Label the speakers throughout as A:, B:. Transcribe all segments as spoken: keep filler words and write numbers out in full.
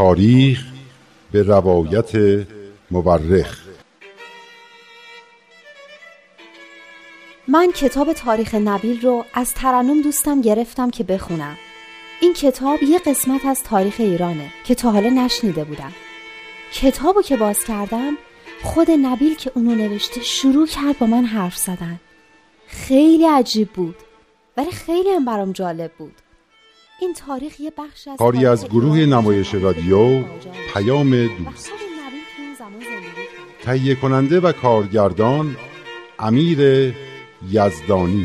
A: تاریخ به روایت مورخ.
B: من کتاب تاریخ نبیل رو از ترنم دوستم گرفتم که بخونم. این کتاب یه قسمت از تاریخ ایرانه که تا حالا نشنیده بودم. کتابو که باز کردم، خود نبیل که اونو نوشته شروع کرد با من حرف زدن. خیلی عجیب بود، ولی خیلی هم برام جالب بود. این تاریخ یه بخش از
A: کاری از گروه نمایش رادیو پیام دوست، تهیه کننده و کارگردان امیر یزدانی.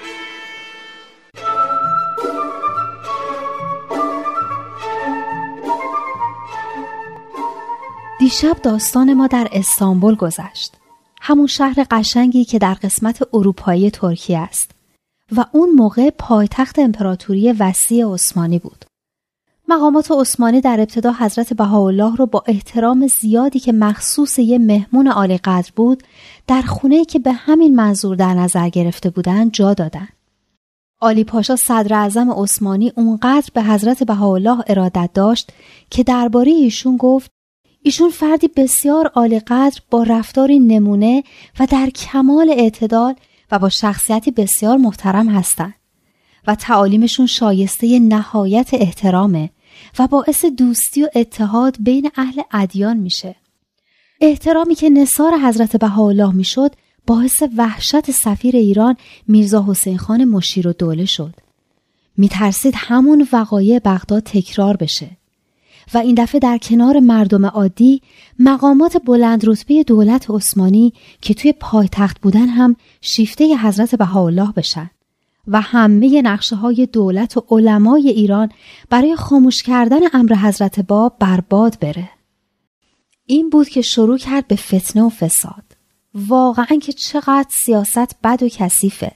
B: دیشب داستان ما در استانبول گذشت، همون شهر قشنگی که در قسمت اروپایی ترکیه است و اون موقع پایتخت امپراتوری وسیع عثمانی بود. مقامات عثمانی در ابتدا حضرت بهاءالله رو با احترام زیادی که مخصوص یه مهمون عالی قدر بود در خونه‌ای که به همین منظور در نظر گرفته بودن جا دادن. عالی پاشا صدر اعظم عثمانی اونقدر به حضرت بهاءالله ارادت داشت که درباره ایشون گفت ایشون فردی بسیار عالی قدر با رفتاری نمونه و در کمال اعتدال و با شخصیتی بسیار محترم هستند و تعالیمشون شایسته نهایت احترامه و باعث دوستی و اتحاد بین اهل ادیان میشه. احترامی که نثار حضرت بهاءالله میشد باعث وحشت سفیر ایران میرزا حسین خان مشیرالدوله شد. میترسید همون وقایع بغداد تکرار بشه و این دفعه در کنار مردم عادی مقامات بلند رتبه دولت عثمانی که توی پایتخت بودن هم شیفته حضرت بهاءالله بشن و همه نقشه های دولت و علمای ایران برای خاموش کردن امر حضرت باب برباد بره. این بود که شروع کرد به فتنه و فساد. واقعاً که چقدر سیاست بد و کثیفه.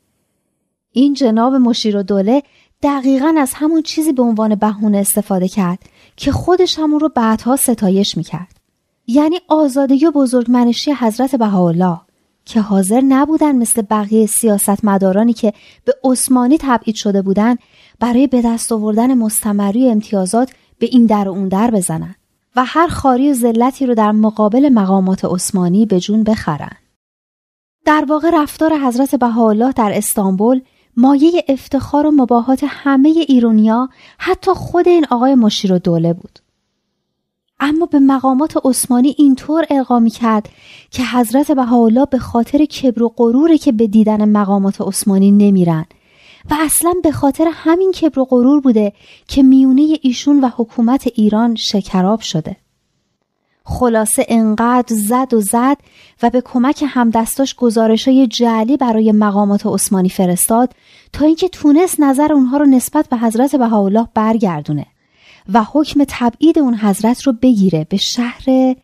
B: این جناب مشیرالدوله دقیقاً از همون چیزی به عنوان بهونه استفاده کرد که خودش همون رو بعدها ستایش میکرد. یعنی آزادگی و بزرگمنشی حضرت بهاءالله که حاضر نبودن مثل بقیه سیاستمدارانی که به عثمانی تبعید شده بودن برای به دست آوردن مستمری و امتیازات به این در و اون در بزنن و هر خاری و ذلتی رو در مقابل مقامات عثمانی به جون بخرن. در واقع رفتار حضرت بهاءالله در استانبول مایه افتخار و مباهات همه ایرانیا، حتی خود این آقای مشیرالدوله بود. اما به مقامات عثمانی اینطور القا می‌کرد که حضرت بهاءالله به خاطر کبر و غروری که به دیدن مقامات عثمانی نمیرن و اصلاً به خاطر همین کبر و غرور بوده که میونه ایشون و حکومت ایران شکراب شده. خلاصه انقدر زد و زد و به کمک همدستاش گزارشای جعلی برای مقامات عثمانی فرستاد تا اینکه تونست نظر اونها رو نسبت به حضرت بهاءالله برگردونه و حکم تبعید اون حضرت رو بگیره به شهر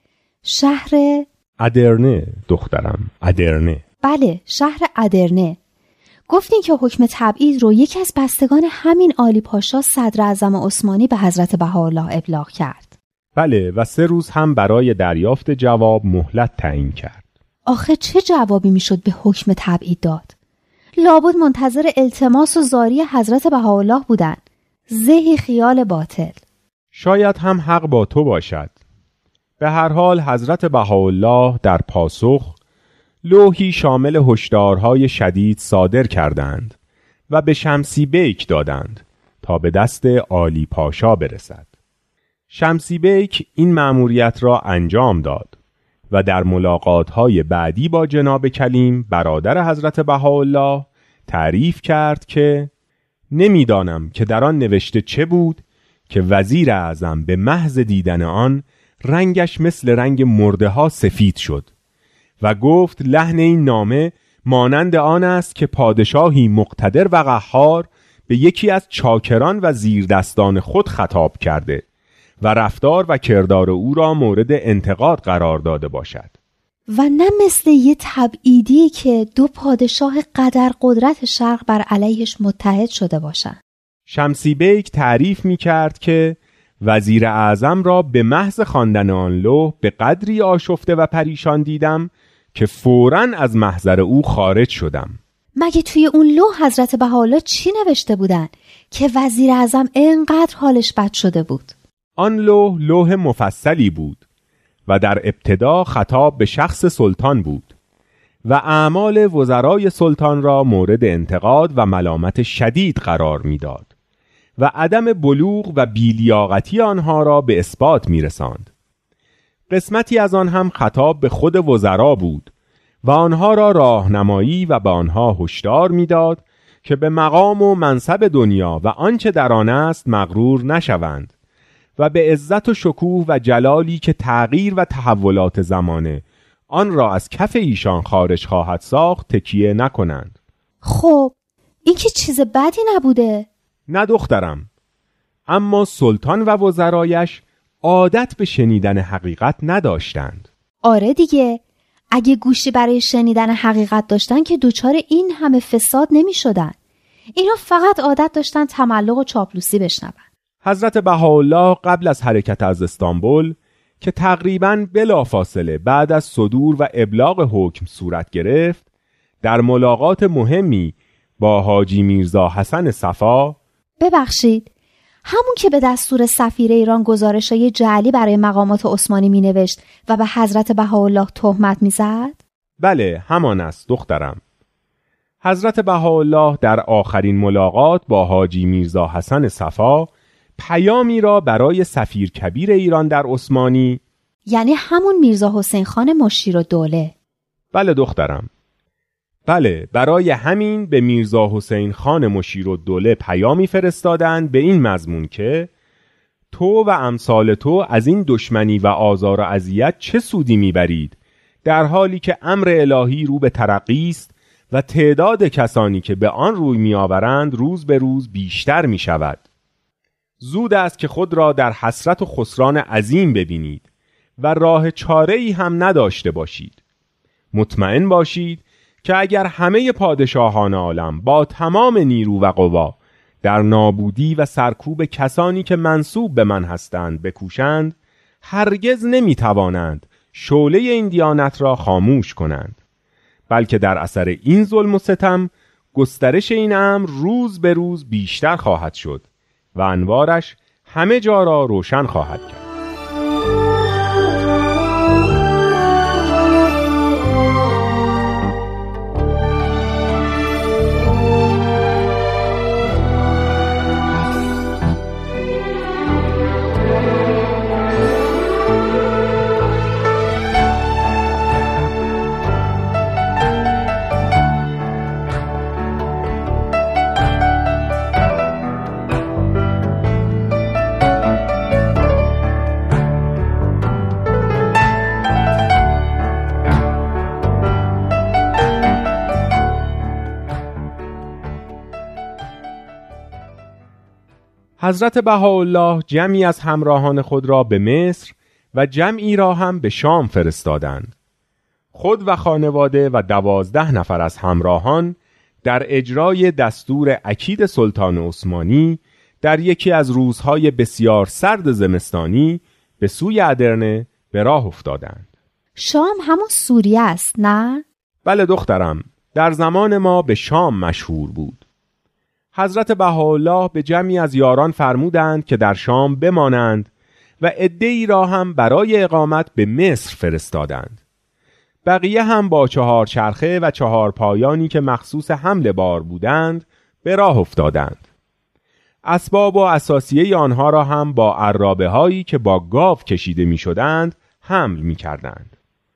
B: شهر
C: ادرنه. دخترم ادرنه.
B: بله، شهر ادرنه. گفتین که حکم تبعید رو یکی از بستگان همین عالی پاشا صدر اعظم عثمانی به حضرت بهاءالله ابلاغ کرد.
C: بله، و سه روز هم برای دریافت جواب مهلت تعیین کرد.
B: آخه چه جوابی میشد به حکم تبعید داد؟ لابد منتظر التماس و زاری حضرت بهاءالله بودن. زهی خیال باطل.
C: شاید هم حق با تو باشد. به هر حال حضرت بهاءالله در پاسخ لوحی شامل هشدارهای شدید صادر کردند و به شمسی بیک دادند تا به دست عالی پاشا برسد. شمسی بیک این مأموریت را انجام داد و در ملاقات‌های بعدی با جناب کلیم برادر حضرت بهاءالله تعریف کرد که نمیدانم که در آن نوشته چه بود که وزیر اعظم به محض دیدن آن رنگش مثل رنگ مرده ها سفید شد و گفت لحن این نامه مانند آن است که پادشاهی مقتدر و قهار به یکی از چاکران و زیردستان خود خطاب کرده و رفتار و کردار او را مورد انتقاد قرار داده باشد
B: و نه مثل یه تبعیدی که دو پادشاه قدر قدرت شرق بر علیهش متحد شده باشند.
C: شمسی بیک تعریف می کرد که وزیر اعظم را به محض خواندن آن لوح به قدری آشفته و پریشان دیدم که فوراً از محضر او خارج شدم.
B: مگه توی اون لوح حضرت بهاءالله چی نوشته بودن که وزیر اعظم اینقدر حالش بد شده بود؟
C: آن لوح لوح مفصلی بود و در ابتدا خطاب به شخص سلطان بود و اعمال وزرای سلطان را مورد انتقاد و ملامت شدید قرار میداد و عدم بلوغ و بی‌لیاقتی آنها را به اثبات میرساند. قسمتی از آن هم خطاب به خود وزرا بود و آنها را راهنمایی و به آنها هشدار میداد که به مقام و منصب دنیا و آنچه در آن است مغرور نشوند و به عزت و شکوه و جلالی که تغییر و تحولات زمانه آن را از کف ایشان خارج خواهد ساخت تکیه نکنند.
B: خب این که چیز بدی نبوده؟
C: نه دخترم، اما سلطان و وزرایش عادت به شنیدن حقیقت نداشتند.
B: آره دیگه، اگه گوشی برای شنیدن حقیقت داشتن که دوچار این همه فساد نمی شدن. اینا فقط عادت داشتن تملق و چاپلوسی بشنون.
C: حضرت بهاءالله قبل از حرکت از استانبول که تقریباً بلافاصله بعد از صدور و ابلاغ حکم صورت گرفت، در ملاقات مهمی با حاجی میرزا حسن صفا،
B: ببخشید همون که به دستور سفیر ایران گزارشای جعلی برای مقامات عثمانی می نوشت و به حضرت بهاءالله تهمت می زد؟
C: بله همان است دخترم. حضرت بهاءالله در آخرین ملاقات با حاجی میرزا حسن صفا پیامی را برای سفیر کبیر ایران در عثمانی،
B: یعنی همون میرزا حسین خان مشیرالدوله.
C: بله دخترم، بله برای همین به میرزا حسین خان مشیرالدوله پیامی فرستادند به این مضمون که تو و امثال تو از این دشمنی و آزار و اذیت چه سودی میبرید در حالی که امر الهی رو به ترقی است و تعداد کسانی که به آن روی میآورند روز به روز بیشتر میشود. زود است که خود را در حسرت و خسران عظیم ببینید و راه چاره‌ای هم نداشته باشید. مطمئن باشید که اگر همه پادشاهان عالم با تمام نیرو و قوا در نابودی و سرکوب کسانی که منسوب به من هستند بکوشند، هرگز نمیتوانند شعله این دیانت را خاموش کنند، بلکه در اثر این ظلم و ستم گسترش این امر روز به روز بیشتر خواهد شد و انوارش همه جا را روشن خواهد کرد. حضرت بهاءالله جمعی از همراهان خود را به مصر و جمعی را هم به شام فرستادند. خود و خانواده و دوازده نفر از همراهان در اجرای دستور اکید سلطان عثمانی در یکی از روزهای بسیار سرد زمستانی به سوی ادرنه به راه افتادند.
B: شام همون سوریه است نه؟
C: بله دخترم، در زمان ما به شام مشهور بود. حضرت بهاءالله به جمعی از یاران فرمودند که در شام بمانند و عده‌ای را هم برای اقامت به مصر فرستادند. بقیه هم با چهار چرخه و چهار پایانی که مخصوص حمل بار بودند به راه افتادند. اسباب و اساسیه آنها را هم با عرابه هایی که با گاو کشیده می شدند حمل می کردند.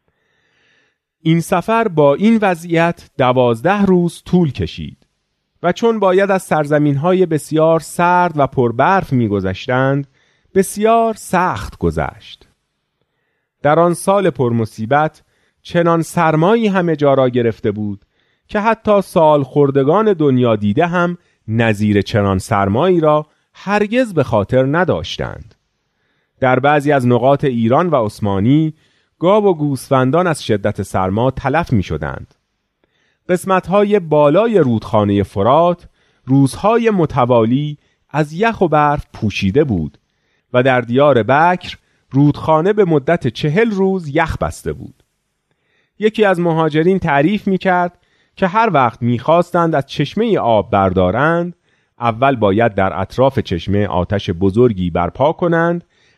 C: این سفر با این وضعیت دوازده روز طول کشید و چون باید از سرزمین‌های بسیار سرد و پربرف می‌گذشتند، بسیار سخت گذشت. در آن سال پرمصیبت چنان سرمایی همه جا را گرفته بود که حتی سال خردگان دنیا دیده هم نظیر چنان سرمایی را هرگز به خاطر نداشتند. در بعضی از نقاط ایران و عثمانی گاو و گوسفندان از شدت سرما تلف می‌شدند. قسمت‌های بالای رودخانه فرات روزهای متوالی از یخ و برف پوشیده بود و در دیار بکر رودخانه به مدت چهل روز یخ بسته بود. یکی از مهاجرین تعریف می‌کرد که هر وقت می‌خواستند از چشمه آب بردارند، اول باید در اطراف چشمه آتش بزرگی برپا کنند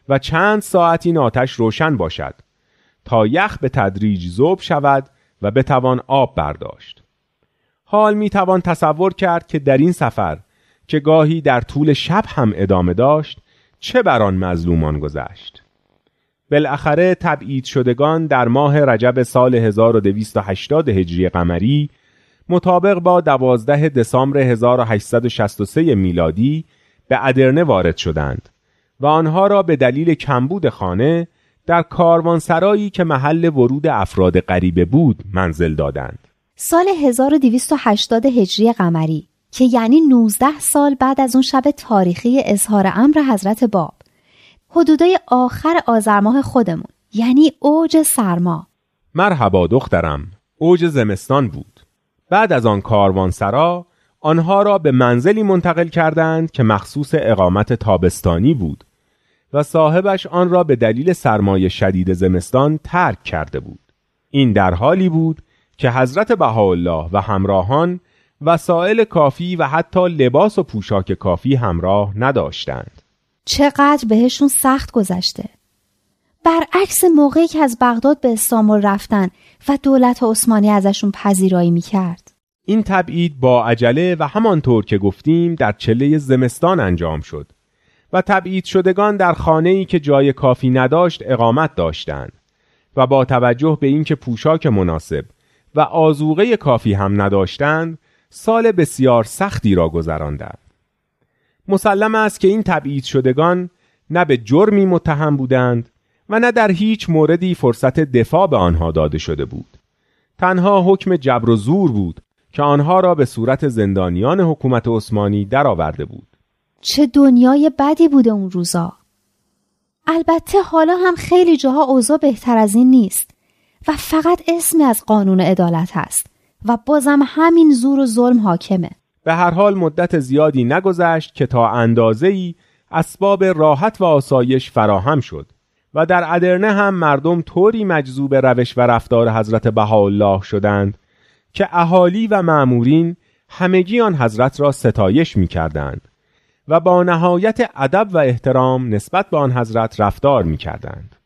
C: و چند ساعت این آتش روشن باشد تا یخ به تدریج ذوب شود و بتوان آب برداشت. حال می توان تصور کرد که در این سفر که گاهی در طول شب هم ادامه داشت چه بر آن مظلومان گذشت. بالاخره تبعید شدگان در ماه رجب سال هزار و دویست و هشتاد هجری قمری مطابق با دوازده دسامبر هزار و هشتصد و شصت و سه میلادی به ادرنه وارد شدند و آنها را به دلیل کمبود خانه در کاروانسرایی که محل ورود افراد غریبه بود منزل دادند.
B: سال هزار و دویست و هشتاد هجری قمری که یعنی نوزده سال بعد از اون شب تاریخی اظهار امر حضرت باب، حدودای آخر آذر ماه خودمون، یعنی اوج سرما.
C: مرحبا دخترم، اوج زمستان بود. بعد از آن کاروانسرا آنها را به منزلی منتقل کردند که مخصوص اقامت تابستانی بود و صاحبش آن را به دلیل سرمای شدید زمستان ترک کرده بود. این در حالی بود که حضرت بهاءالله و همراهان وسایل کافی و حتی لباس و پوشاک کافی همراه نداشتند.
B: چقدر بهشون سخت گذشته. برعکس موقعی که از بغداد به استانبول رفتن و دولت عثمانی ازشون پذیرایی میکرد.
C: این تبعید با عجله و همانطور که گفتیم در چله زمستان انجام شد و تبعید شدگان در خانه‌ای که جای کافی نداشت اقامت داشتند و با توجه به اینکه پوشاک مناسب و آذوقه کافی هم نداشتند سال بسیار سختی را گذراندند. مسلم است که این تبعید شدگان نه به جرمی متهم بودند و نه در هیچ موردی فرصت دفاع به آنها داده شده بود. تنها حکم جبر و زور بود که آنها را به صورت زندانیان حکومت عثمانی درآورده بود.
B: چه دنیای بدی بوده اون روزا. البته حالا هم خیلی جاها اوضاع بهتر از این نیست و فقط اسمی از قانون عدالت هست و بازم همین زور و ظلم حاکمه.
C: به هر حال مدت زیادی نگذشت که تا اندازه‌ای اسباب راحت و آسایش فراهم شد و در ادرنه هم مردم طوری مجذوب روش و رفتار حضرت بهاءالله شدند که اهالی و مأمورین همگی آن حضرت را ستایش می‌کردند و با نهایت ادب و احترام نسبت به آن حضرت رفتار می‌کردند.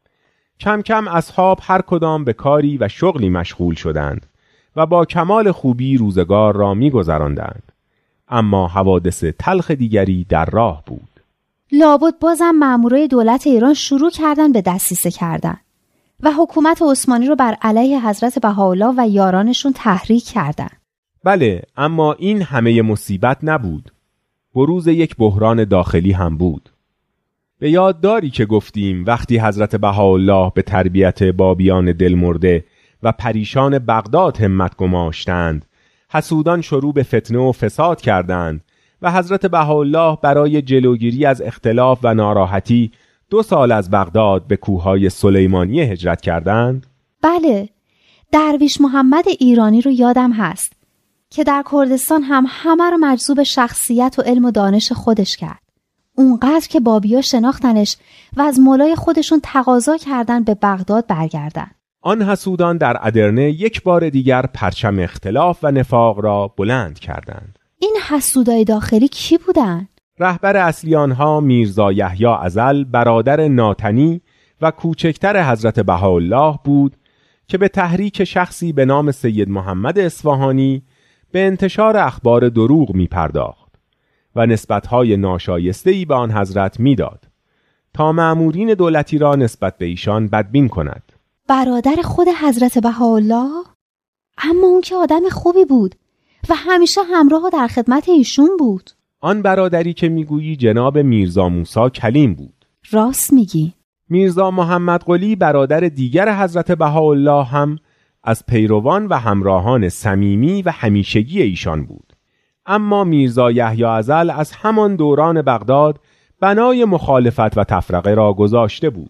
C: کم کم اصحاب هر کدام به کاری و شغلی مشغول شدند و با کمال خوبی روزگار را می‌گذراندند. اما حوادث تلخ دیگری در راه بود.
B: لابد بازم مامورای دولت ایران شروع کردن به دسیسه کردن و حکومت عثمانی رو بر علیه حضرت بهاءالله و یارانشون تحریک کردن.
C: بله، اما این همه مصیبت نبود. بروز یک بحران داخلی هم بود. به یاد داری که گفتیم وقتی حضرت بهاءالله به تربیت بابیان دلمرده و پریشان بغداد همت گماشتند، حسودان شروع به فتنه و فساد کردند و حضرت بهاءالله برای جلوگیری از اختلاف و ناراحتی دو سال از بغداد به کوههای سلیمانیه هجرت کردند؟
B: بله، درویش محمد ایرانی رو یادم هست که در کردستان هم همه رو مجذوب شخصیت و علم و دانش خودش کرد. اونقدر که بابیا شناختنش و از مولای خودشون تقاضا کردن به بغداد برگردن.
C: آن حسودان در ادرنه یک بار دیگر پرچم اختلاف و نفاق را بلند کردند.
B: این حسودای داخلی کی بودن؟
C: رهبر اصلی آنها میرزا یحیی ازل برادر ناتنی و کوچکتر حضرت بهاءالله بود که به تحریک شخصی به نام سید محمد اصفهانی به انتشار اخبار دروغ می پرداخت و نسبتهای ناشایسته‌ای به آن حضرت می داد تا مأمورین دولتی را نسبت به ایشان بدبین کند.
B: برادر خود حضرت بهاءالله؟ اما اون که آدم خوبی بود و همیشه همراه و در خدمت ایشون بود.
C: آن برادری که میگویی جناب میرزا موسی کلیم بود.
B: راست میگی.
C: میرزا محمد قلی برادر دیگر حضرت بهاءالله هم از پیروان و همراهان صمیمی و همیشگی ایشان بود. اما میرزا یحیی ازل از همان دوران بغداد بنای مخالفت و تفرقه را گذاشته بود.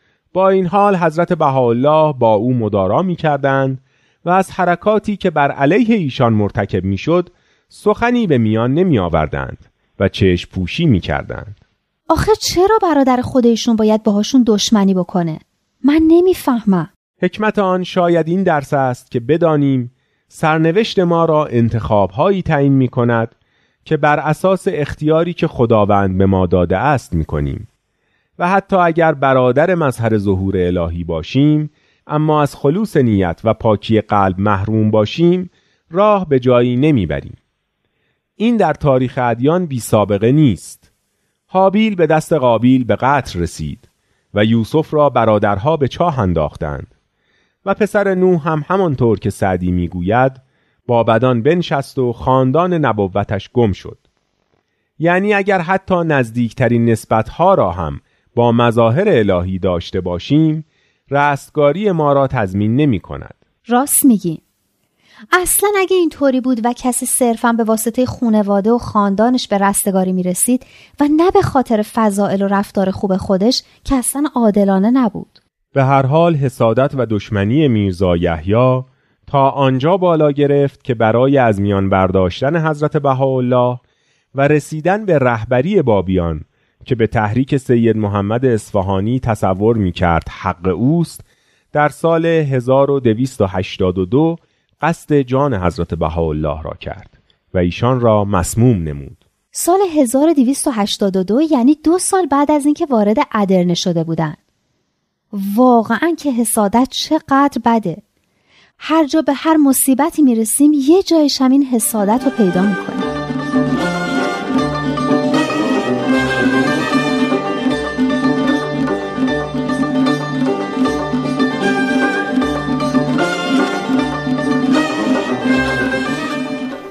C: با این حال حضرت بهاءالله با او مدارا می‌کردند و از حرکاتی که بر علیه ایشان مرتکب می‌شد سخنی به میان نمی آوردند و چشم پوشی می کردند.
B: آخه چرا برادر خودشون باید باهاشون دشمنی بکنه؟ من نمی فهمم.
C: حکمت آن شاید این درس است که بدانیم سرنوشت ما را انتخاب‌هایی تعیین می کند که بر اساس اختیاری که خداوند به ما داده است می کنیم و حتی اگر برادر مظهر ظهور الهی باشیم اما از خلوص نیت و پاکی قلب محروم باشیم راه به جایی نمیبریم. این در تاریخ ادیان بی سابقه نیست. هابیل به دست قابیل به قتل رسید و یوسف را برادرها به چاه انداختند و پسر نوح هم همانطور که سعدی میگوید با بدان بنشست و خاندان نبوتش گم شد. یعنی اگر حتی نزدیکترین نسبتها را هم با مظاهر الهی داشته باشیم رستگاری ما را تضمین نمی کند.
B: راست میگی. اصلا اگه اینطوری بود و کسی صرفاً به واسطه خانواده و خاندانش به رستگاری میرسید و نه به خاطر فضائل و رفتار خوب خودش که اصلا عادلانه نبود.
C: به هر حال حسادت و دشمنی میرزا یحیی تا آنجا بالا گرفت که برای از میان برداشتن حضرت بهاءالله و رسیدن به رهبری بابیان که به تحریک سید محمد اصفهانی تصور می‌کرد حق اوست، در سال هزار و دویست و هشتاد و دو قصد جان حضرت بهاءالله را کرد و ایشان را مسموم نمود.
B: سال هزار و دویست و هشتاد و دو یعنی دو سال بعد از اینکه وارد ادرنه شده بودند. واقعاً که حسادت چقدر بده. هر جا به هر مصیبتی میرسیم یه جایش هم این حسادت رو پیدا میکنه.